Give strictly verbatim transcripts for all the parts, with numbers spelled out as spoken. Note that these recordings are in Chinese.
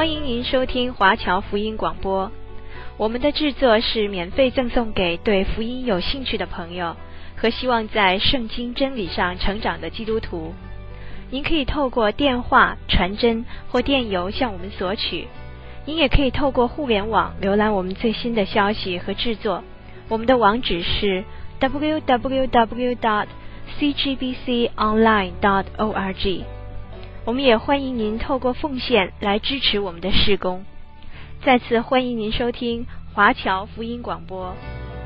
欢迎您收听华侨福音广播。我们的制作是免费赠送给对福音有兴趣的朋友和希望在圣经真理上成长的基督徒。您可以透过电话、传真或电邮向我们索取。您也可以透过互联网浏览我们最新的消息和制作。我们的网址是 double-u double-u double-u dot c g b c online dot org。我们也欢迎您透过奉献来支持我们的事工。再次欢迎您收听华侨福音广播。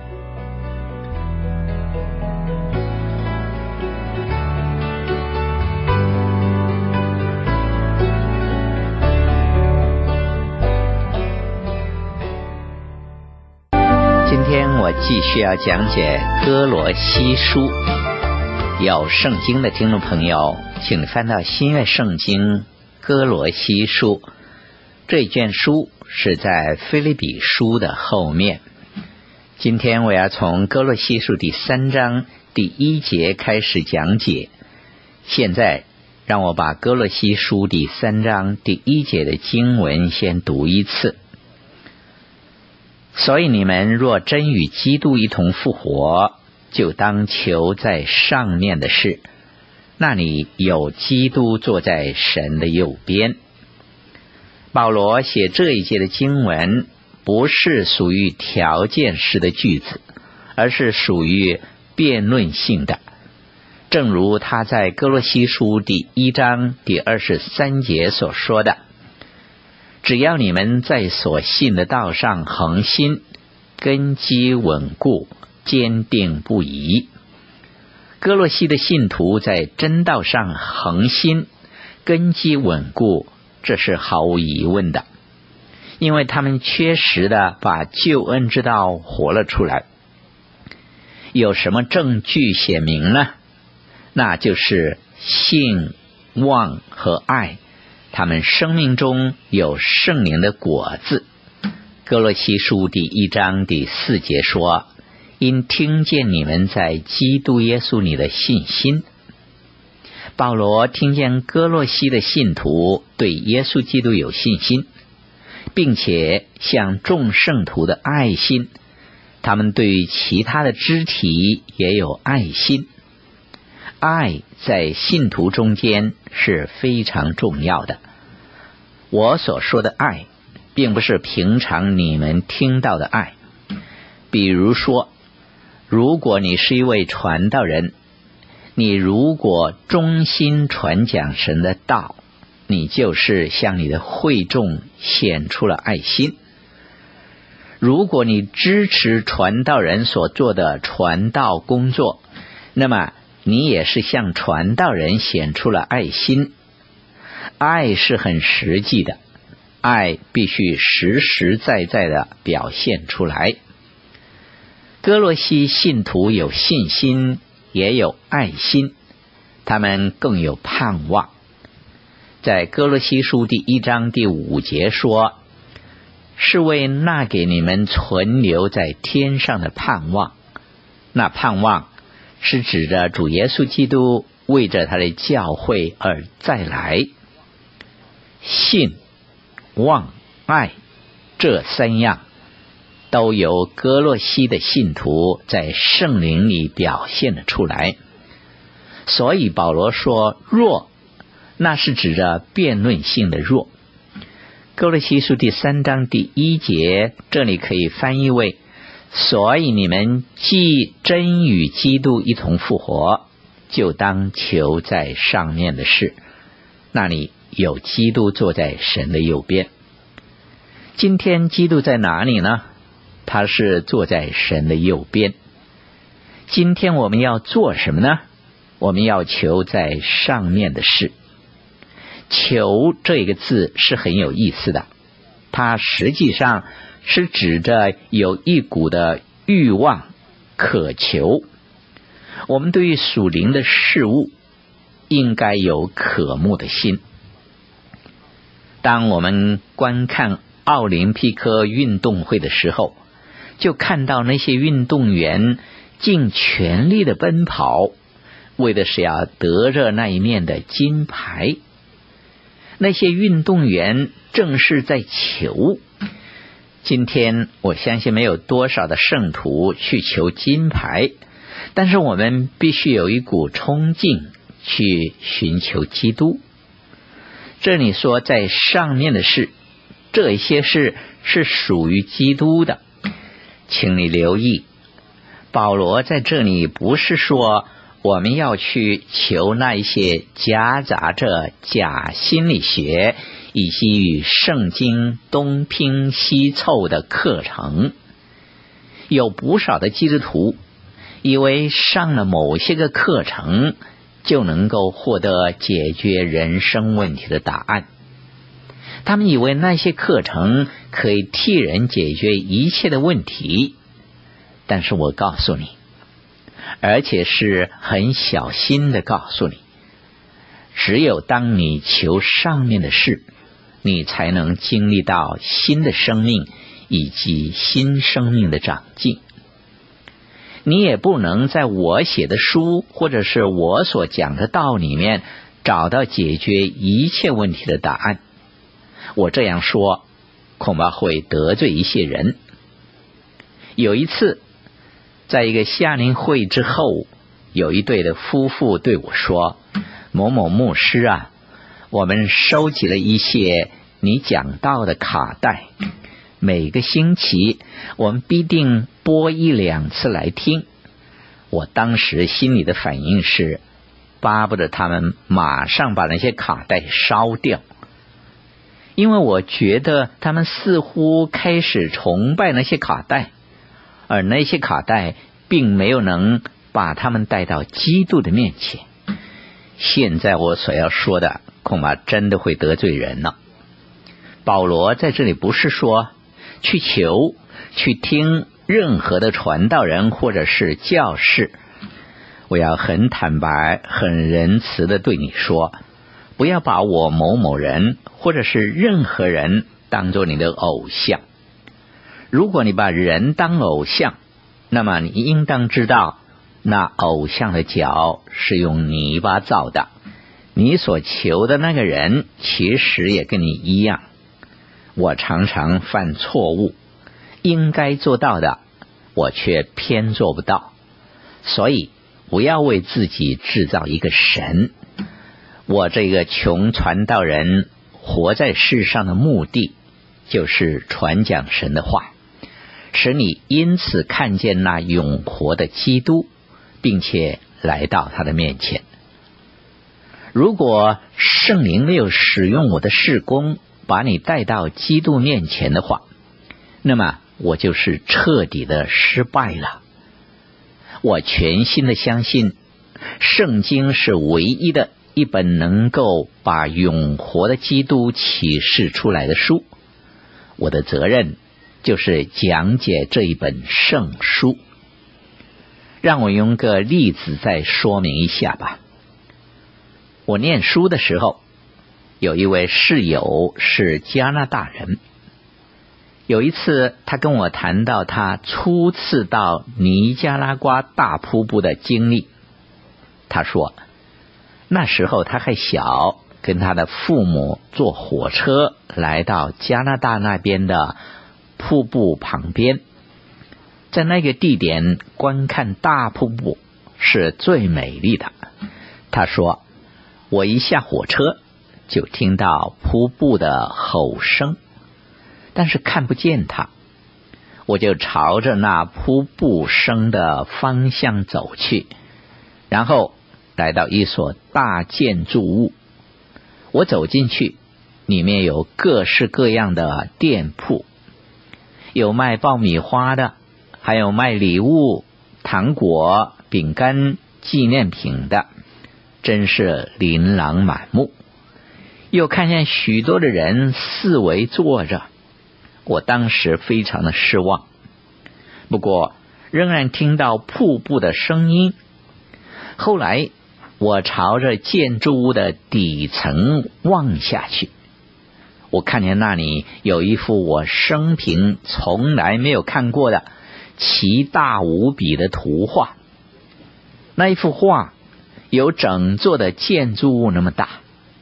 今天我继续要讲解歌罗西书。有圣经的听众朋友，请翻到新约圣经歌罗西书。这卷书是在腓立比书的后面。今天我要从歌罗西书第三章第一节开始讲解。现在让我把歌罗西书第三章第一节的经文先读一次。所以你们若真与基督一同复活，就当求在上面的事，那里有基督坐在神的右边。保罗写这一节的经文不是属于条件式的句子，而是属于辩论性的。正如他在歌罗西书第一章第二十三节所说的，只要你们在所信的道上恒心，根基稳固，坚定不移。歌罗西的信徒在真道上恒心，根基稳固，这是毫无疑问的，因为他们确实的把救恩之道活了出来。有什么证据显明呢？那就是信、望和爱，他们生命中有圣灵的果子。歌罗西书第一章第四节说，因听见你们在基督耶稣里的信心。保罗听见歌罗西的信徒对耶稣基督有信心，并且像众圣徒的爱心，他们对于其他的肢体也有爱心。爱在信徒中间是非常重要的。我所说的爱并不是平常你们听到的爱。比如说，如果你是一位传道人，你如果忠心传讲神的道，你就是向你的会众显出了爱心。如果你支持传道人所做的传道工作，那么你也是向传道人显出了爱心。爱是很实际的，爱必须实实在在的表现出来。歌罗西信徒有信心，也有爱心，他们更有盼望。在歌罗西书第一章第五节说，是为那给你们存留在天上的盼望。那盼望是指着主耶稣基督为着他的教会而再来。信、望、爱这三样都由歌罗西的信徒在圣灵里表现了出来。所以保罗说若，那是指着辩论性的若。歌罗西书第三章第一节，这里可以翻译为，所以你们既真与基督一同复活，就当求在上面的事，那里有基督坐在神的右边。今天基督在哪里呢？他是坐在神的右边。今天我们要做什么呢？我们要求在上面的事。求这个字是很有意思的，它实际上是指着有一股的欲望渴求。我们对于属灵的事物应该有渴慕的心。当我们观看奥林匹克运动会的时候，就看到那些运动员尽全力的奔跑，为的是要得着那一面的金牌。 那些运动员正是在求。今天我相信没有多少的圣徒去求金牌，但是我们必须有一股冲劲去寻求基督。这里说在上面的事，这些事是属于基督的。请你留意，保罗在这里不是说我们要去求那一些夹杂着假心理学以及与圣经东拼西凑的课程。有不少的基督徒以为上了某些个课程就能够获得解决人生问题的答案，他们以为那些课程可以替人解决一切的问题，但是我告诉你，而且是很小心的告诉你，只有当你求上面的事，你才能经历到新的生命以及新生命的长进。你也不能在我写的书或者是我所讲的道里面找到解决一切问题的答案。我这样说恐怕会得罪一些人。有一次在一个夏令会之后，有一对的夫妇对我说，某某牧师啊，我们收集了一些你讲道的卡带，每个星期我们必定播一两次来听。我当时心里的反应是巴不得他们马上把那些卡带烧掉，因为我觉得他们似乎开始崇拜那些卡带，而那些卡带并没有能把他们带到基督的面前。现在我所要说的恐怕真的会得罪人了。保罗在这里不是说去求去听任何的传道人或者是教士，我要很坦白很仁慈的对你说，不要把我某某人或者是任何人当作你的偶像。如果你把人当偶像，那么你应当知道，那偶像的脚是用泥巴造的，你所求的那个人其实也跟你一样。我常常犯错误，应该做到的我却偏做不到，所以不要为自己制造一个神。我这个穷传道人活在世上的目的就是传讲神的话，使你因此看见那永活的基督，并且来到他的面前。如果圣灵没有使用我的事工把你带到基督面前的话，那么我就是彻底的失败了。我全心的相信圣经是唯一的一本能够把永活的基督启示出来的书，我的责任就是讲解这一本圣书。让我用个例子再说明一下吧。我念书的时候，有一位室友是加拿大人。有一次他跟我谈到他初次到尼加拉瓜大瀑布的经历。他说那时候他还小，跟他的父母坐火车来到加拿大那边的瀑布旁边，在那个地点观看大瀑布是最美丽的。他说我一下火车就听到瀑布的吼声，但是看不见它，我就朝着那瀑布声的方向走去，然后来到一所大建筑物。我走进去，里面有各式各样的店铺，有卖爆米花的，还有卖礼物、糖果、饼干、纪念品的，真是琳琅满目。又看见许多的人四围坐着，我当时非常的失望，不过仍然听到瀑布的声音。后来我朝着建筑物的底层望下去，我看见那里有一幅我生平从来没有看过的奇大无比的图画。那一幅画有整座的建筑物那么大，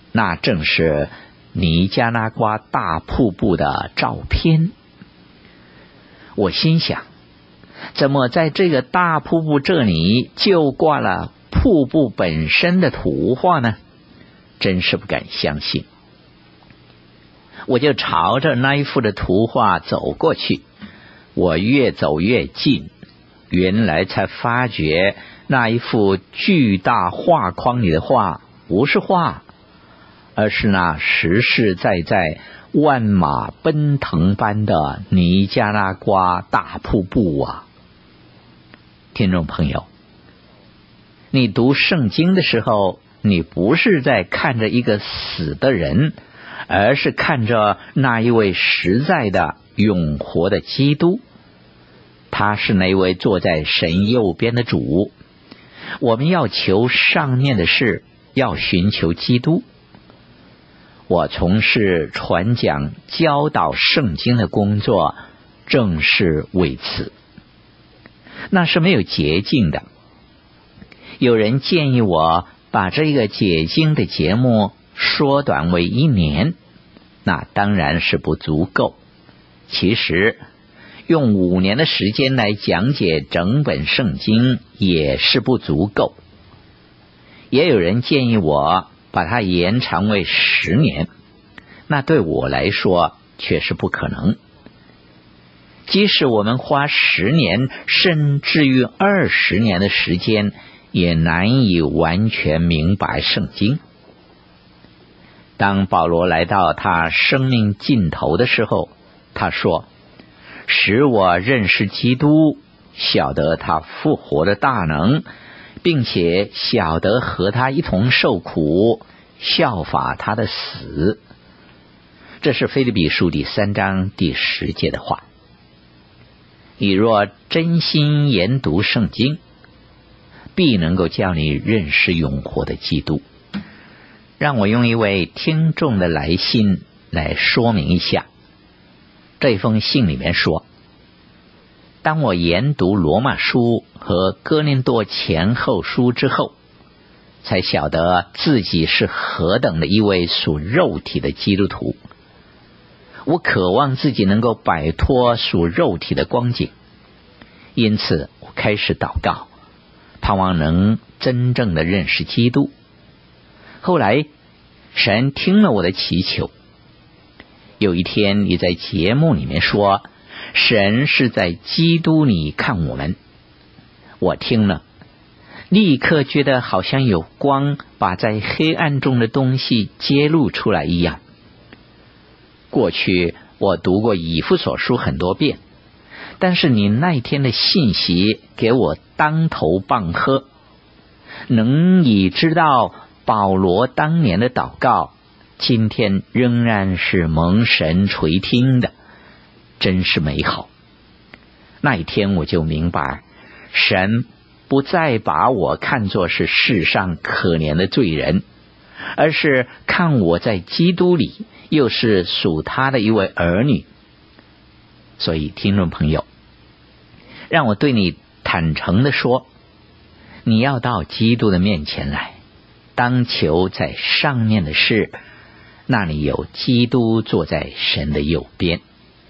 那正是尼加拉瓜大瀑布的照片。我心想，怎么在这个大瀑布这里就挂了瀑布本身的图画呢？真是不敢相信。我就朝着那一幅的图画走过去，我越走越近，原来才发觉那一幅巨大画框里的画不是画，而是那实实在在万马奔腾般的尼加拉瓜大瀑布啊！听众朋友，你读圣经的时候，你不是在看着一个死的人，而是看着那一位实在的永活的基督。他是那位坐在神右边的主。我们要求上面的事，要寻求基督。我从事传讲教导圣经的工作，正是为此。那是没有捷径的。有人建议我把这个解经的节目缩短为一年，那当然是不足够。其实用五年的时间来讲解整本圣经也是不足够。也有人建议我把它延长为十年，那对我来说却是不可能。即使我们花十年甚至于二十年的时间，也难以完全明白圣经。当保罗来到他生命尽头的时候，他说，使我认识基督，晓得他复活的大能，并且晓得和他一同受苦，效法他的死。这是腓立比书第三章第十节的话。你若真心研读圣经，必能够叫你认识永活的基督。让我用一位听众的来信来说明一下。这封信里面说，当我研读罗马书和哥林多前后书之后，才晓得自己是何等的一位属肉体的基督徒。我渴望自己能够摆脱属肉体的光景，因此我开始祷告，盼望能真正的认识基督。后来神听了我的祈求。有一天你在节目里面说，神是在基督里看我们。我听了，立刻觉得好像有光把在黑暗中的东西揭露出来一样。过去我读过以弗所书很多遍，但是你那天的信息给我当头棒喝，能以知道保罗当年的祷告，今天仍然是蒙神垂听的，真是美好。那一天我就明白，神不再把我看作是世上可怜的罪人，而是看我在基督里又是属他的一位儿女。所以听众朋友，让我对你坦诚地说，你要到基督的面前来，当求在上面的事，那里有基督坐在神的右边。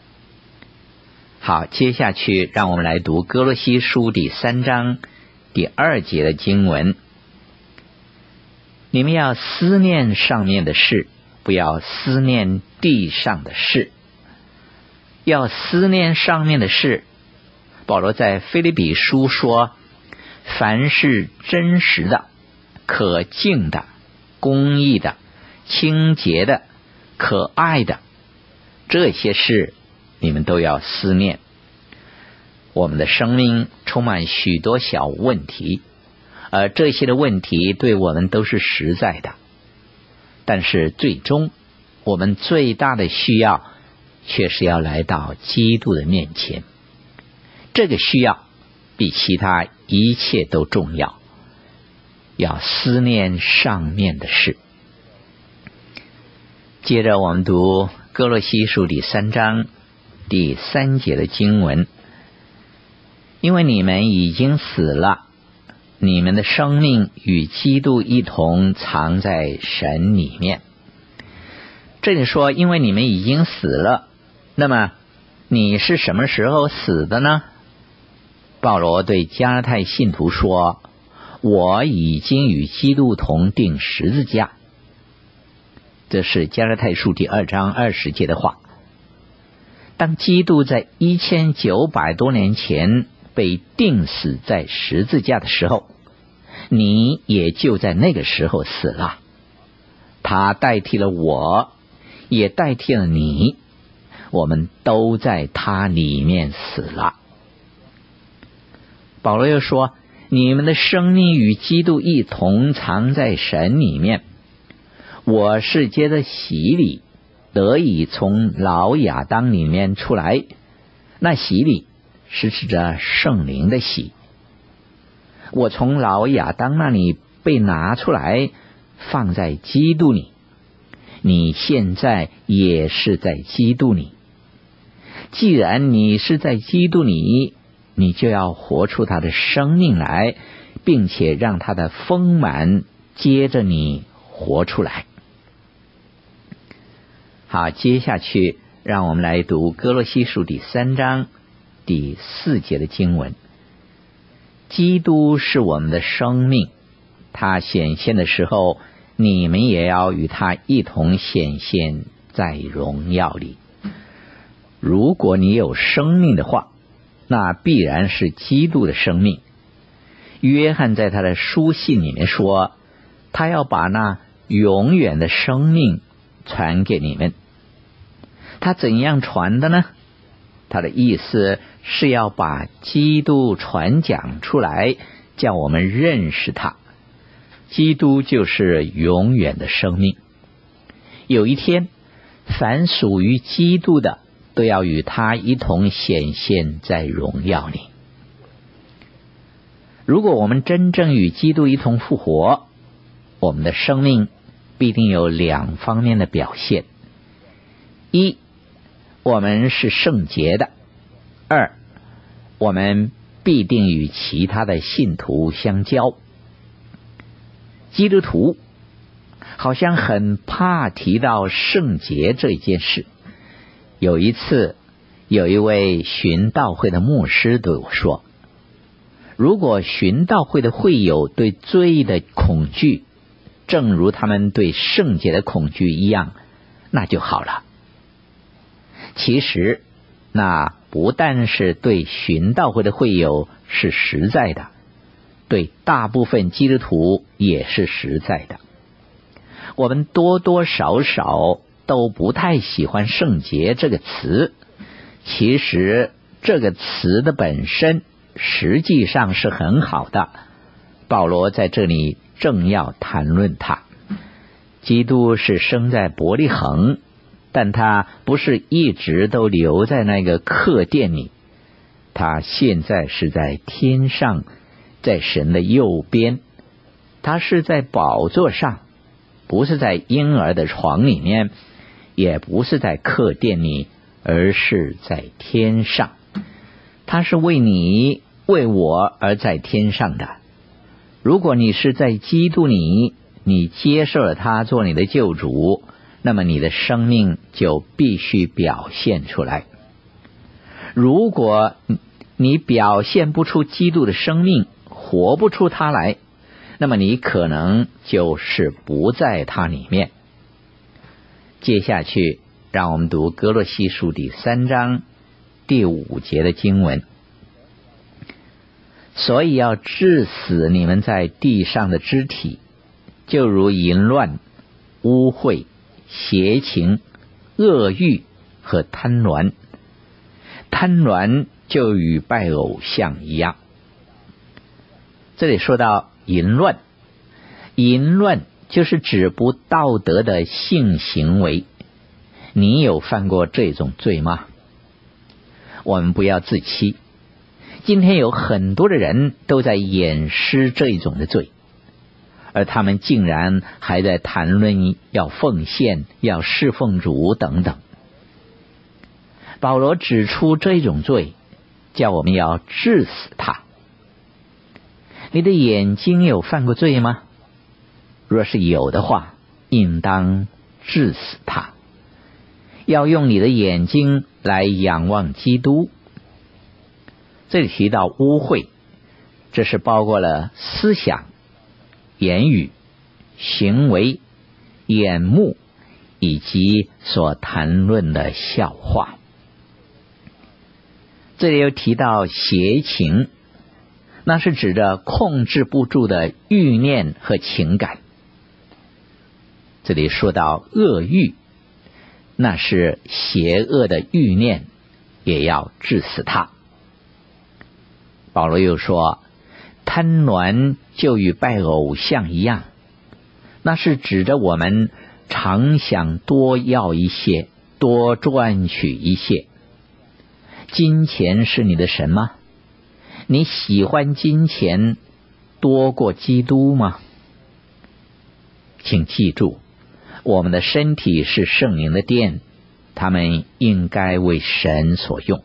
好，接下去让我们来读哥罗西书第三章第二节的经文。你们要思念上面的事，不要思念地上的事。要思念上面的事，保罗在腓立比书说，凡是真实的、可敬的、公义的、清洁的、可爱的，这些事你们都要思念。我们的生命充满许多小问题，而这些的问题对我们都是实在的，但是最终我们最大的需要却是要来到基督的面前。这个需要比其他一切都重要，要思念上面的事。接着我们读哥罗西书第三章第三节的经文，因为你们已经死了，你们的生命与基督一同藏在神里面。 这里说因为你们已经死了，那么你是什么时候死的呢？保罗对加拉太信徒说，我已经与基督同定十字架。这是加拉太书第二章二十节的话。当基督在一千九百多年前被钉死在十字架的时候，你也就在那个时候死了。他代替了我，也代替了你，我们都在他里面死了。保罗又说，你们的生命与基督一同藏在神里面。我是接着洗礼得以从老亚当里面出来，那洗礼是指着圣灵的洗。我从老亚当那里被拿出来，放在基督里，你现在也是在基督里。既然你是在基督里，你就要活出他的生命来，并且让他的丰满接着你活出来。好，接下去让我们来读哥罗西书第三章第四节的经文。基督是我们的生命，他显现的时候，你们也要与他一同显现在荣耀里。如果你有生命的话，那必然是基督的生命。约翰在他的书信里面说，他要把那永远的生命传给你们。他怎样传的呢？他的意思是要把基督传讲出来，叫我们认识他。基督就是永远的生命。有一天，凡属于基督的都要与他一同显现在荣耀里。如果我们真正与基督一同复活，我们的生命必定有两方面的表现：一，我们是圣洁的；二，我们必定与其他的信徒相交。基督徒好像很怕提到圣洁这件事。有一次，有一位寻道会的牧师对我说，如果寻道会的会友对罪的恐惧正如他们对圣洁的恐惧一样，那就好了。其实那不但是对寻道会的会友是实在的，对大部分基督徒也是实在的。我们多多少少都不太喜欢圣洁这个词，其实这个词的本身实际上是很好的。保罗在这里正要谈论它。基督是生在伯利恒，但他不是一直都留在那个客店里，他现在是在天上，在神的右边。他是在宝座上，不是在婴儿的床里面，也不是在客店里，而是在天上。他是为你为我而在天上的。如果你是在基督里，你接受了他做你的救主，那么你的生命就必须表现出来。如果你表现不出基督的生命，活不出他来，那么你可能就是不在他里面。接下去让我们读哥罗西书第三章第五节的经文。所以要治死你们在地上的肢体，就如淫乱、污秽、邪情、恶欲和贪婪。贪婪就与拜偶像一样。这里说到淫乱，淫乱就是指不道德的性行为。你有犯过这种罪吗？我们不要自欺。今天有很多的人都在掩饰这种的罪，而他们竟然还在谈论要奉献、要侍奉主等等。保罗指出这种罪，叫我们要治死它。你的眼睛有犯过罪吗？若是有的话，应当治死它。 要用你的眼睛来仰望基督。这里提到污秽，这是包括了思想、言语、行为、眼目以及所谈论的笑话。这里又提到邪情，那是指着控制不住的欲念和情感。这里说到恶欲，那是邪恶的欲念，也要治死它。保罗又说，贪婪就与拜偶像一样，那是指着我们常想多要一些，多赚取一些。金钱是你的神吗？你喜欢金钱多过基督吗？请记住，我们的身体是圣灵的殿，他们应该为神所用。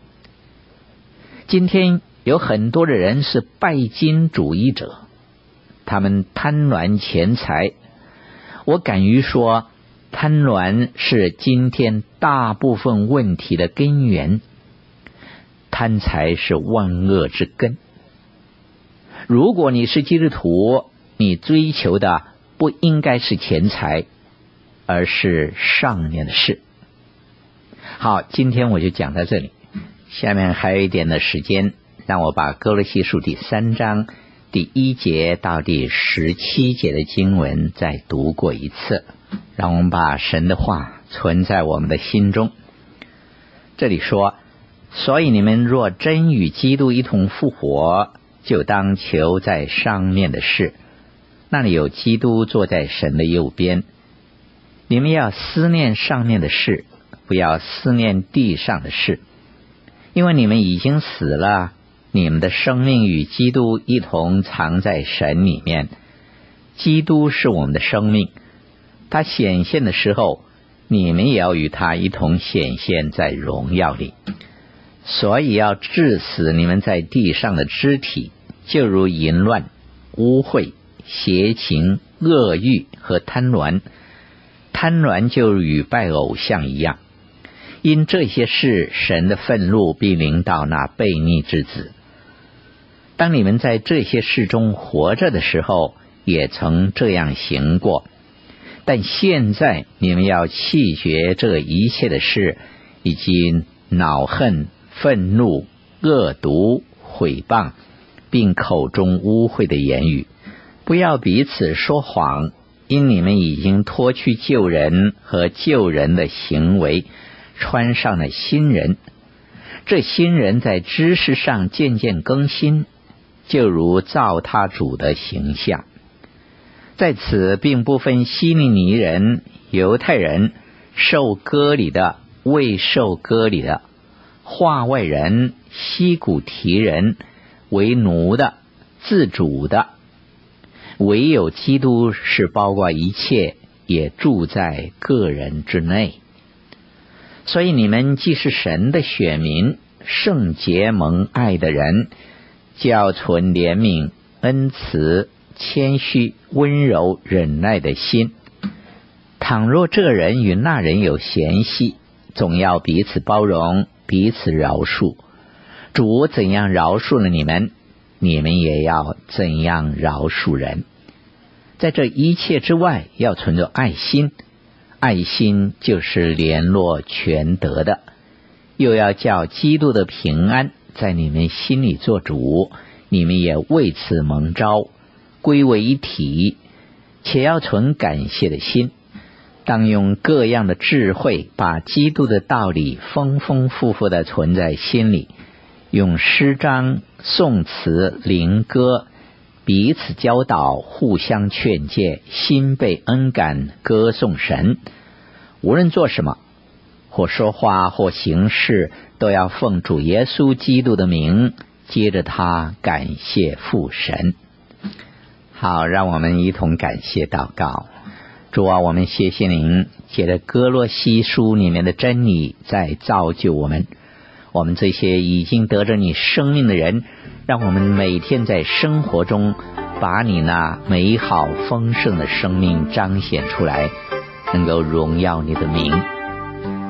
今天有很多的人是拜金主义者，他们贪婪钱财。我敢于说，贪婪是今天大部分问题的根源。贪财是万恶之根。如果你是基督徒，你追求的不应该是钱财，而是上面的事。好，今天我就讲到这里，下面还有一点的时间，让我把歌罗西书第三章第一节到第十七节的经文再读过一次，让我们把神的话存在我们的心中。这里说，所以你们若真与基督一同复活，就当求在上面的事，那里有基督坐在神的右边。你们要思念上面的事，不要思念地上的事，因为你们已经死了，你们的生命与基督一同藏在神里面。基督是我们的生命，他显现的时候，你们也要与他一同显现在荣耀里。所以要治死你们在地上的肢体，就如淫乱、污秽、邪情、恶欲和贪婪。贪婪就与拜偶像一样，因这些事，神的愤怒必临到那悖逆之子。当你们在这些事中活着的时候，也曾这样行过，但现在你们要弃绝这一切的事，以及恼恨、愤怒、恶毒、毁谤，并口中污秽的言语。不要彼此说谎，因你们已经脱去旧人和旧人的行为，穿上了新人。这新人在知识上渐渐更新，就如照他主的形象。在此并不分希利尼人、犹太人、受割礼的、未受割礼的、化外人、西古提人、为奴的、自主的，唯有基督是包括一切，也住在个人之内。所以你们既是神的选民，圣洁蒙爱的人，就要存怜悯、恩慈、谦虚、温柔、忍耐的心。倘若这人与那人有嫌隙，总要彼此包容，彼此饶恕。主怎样饶恕了你们，你们也要怎样饶恕人。在这一切之外，要存着爱心，爱心就是联络全德的。又要叫基督的平安在你们心里做主，你们也为此蒙召，归为一体，且要存感谢的心。当用各样的智慧，把基督的道理丰丰富富地存在心里，用诗章、颂词、灵歌彼此教导，互相劝诫，心被恩感，歌颂神。无论做什么，或说话或行事，都要奉主耶稣基督的名，接着他感谢父神。好，让我们一同感谢祷告。主啊，我们谢谢您，借着歌罗西书里面的真理在造就我们。我们这些已经得着你生命的人，让我们每天在生活中把你那美好丰盛的生命彰显出来，能够荣耀你的名。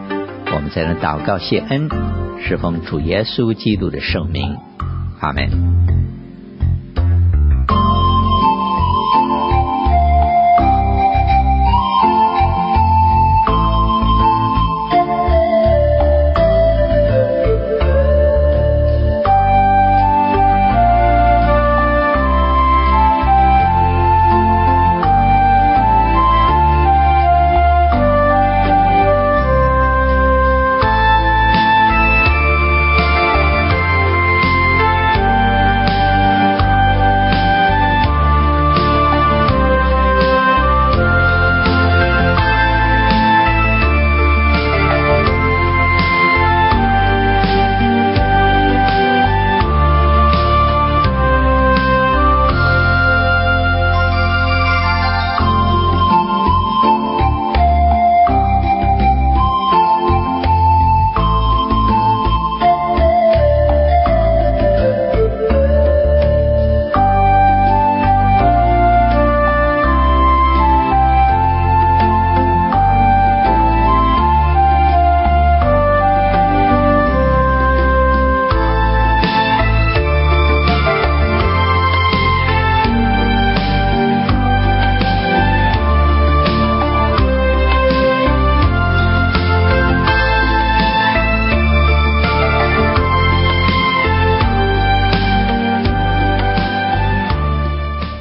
我们才能祷告谢恩，侍奉主耶稣基督的圣名。阿们。